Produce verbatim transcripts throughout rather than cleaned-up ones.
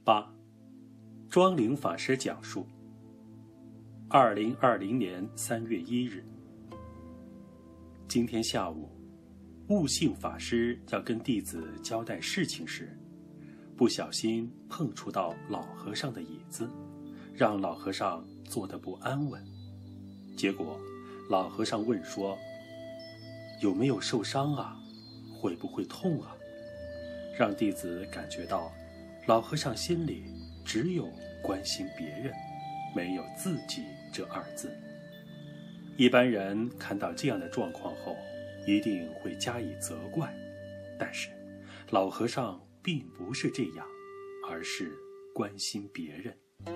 八，庄灵法师讲述。二零二零年三月一日，今天下午，悟性法师要跟弟子交代事情时，不小心碰触到老和尚的椅子，让老和尚坐得不安稳。结果，老和尚问说：“有没有受伤啊？会不会痛啊？”让弟子感觉到，老和尚心里只有关心别人，没有自己这二字。一般人看到这样的状况后，一定会加以责怪，但是老和尚并不是这样，而是关心别人。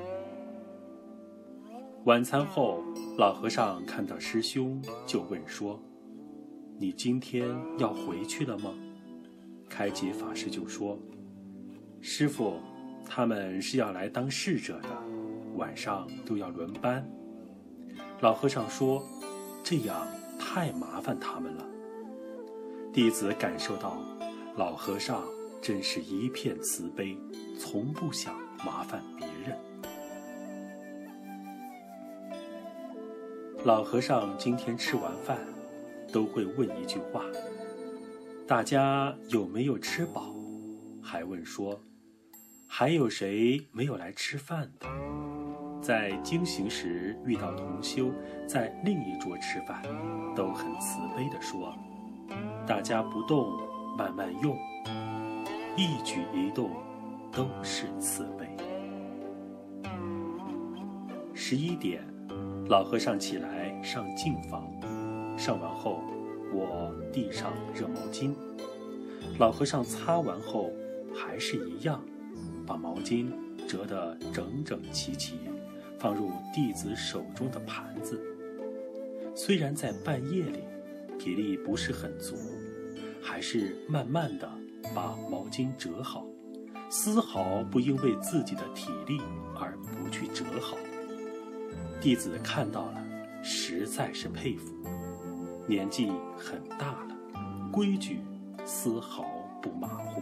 晚餐后，老和尚看到师兄，就问说：“你今天要回去了吗？”开解法师就说：“师父，他们是要来当侍者的，晚上都要轮班。”老和尚说：“这样太麻烦他们了。”弟子感受到老和尚真是一片慈悲，从不想麻烦别人。老和尚今天吃完饭都会问一句话：“大家有没有吃饱？”还问说：“还有谁没有来吃饭的？”在经行时遇到同修在另一桌吃饭，都很慈悲地说：“大家不动，慢慢用，一举一动都是慈悲。”十一点，老和尚起来上净房，上完后，我递上热毛巾。老和尚擦完后还是一样，把毛巾折得整整齐齐，放入弟子手中的盘子。虽然在半夜里体力不是很足，还是慢慢地把毛巾折好，丝毫不因为自己的体力而不去折好。弟子看到了，实在是佩服。年纪很大了，规矩丝毫不马虎。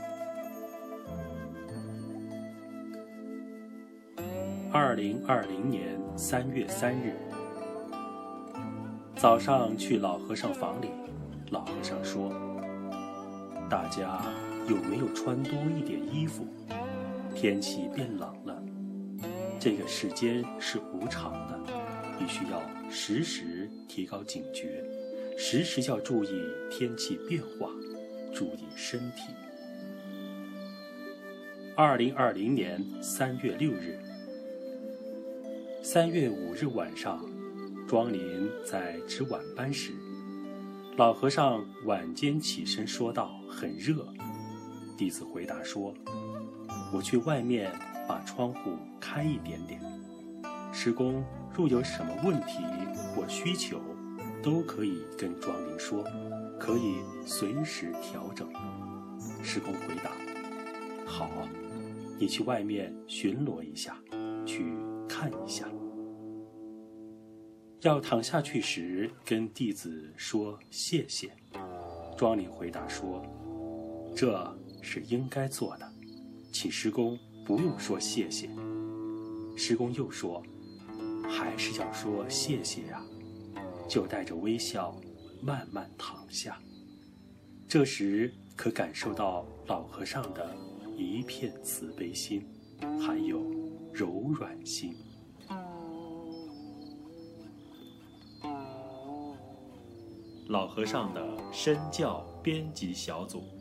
二零二零年三月三日，早上去老和尚房里，老和尚说：“大家有没有穿多一点衣服？天气变冷了，这个世间是无常的，必须要时时提高警觉，时时要注意天气变化，注意身体。”二零二零年三月六日，三月五日晚上，庄林在值晚班时，老和尚晚间起身说道：“很热。”弟子回答说：“我去外面把窗户开一点点。师公若有什么问题或需求，都可以跟庄林说，可以随时调整。”师公回答：“好，你去外面巡逻一下，去看一下。”要躺下去时，跟弟子说谢谢。庄林回答说：“这是应该做的，请师公不用说谢谢。”师公又说：“还是要说谢谢呀。”就带着微笑慢慢躺下。这时可感受到老和尚的一片慈悲心，还有柔软心。老和尚的身教编辑小组。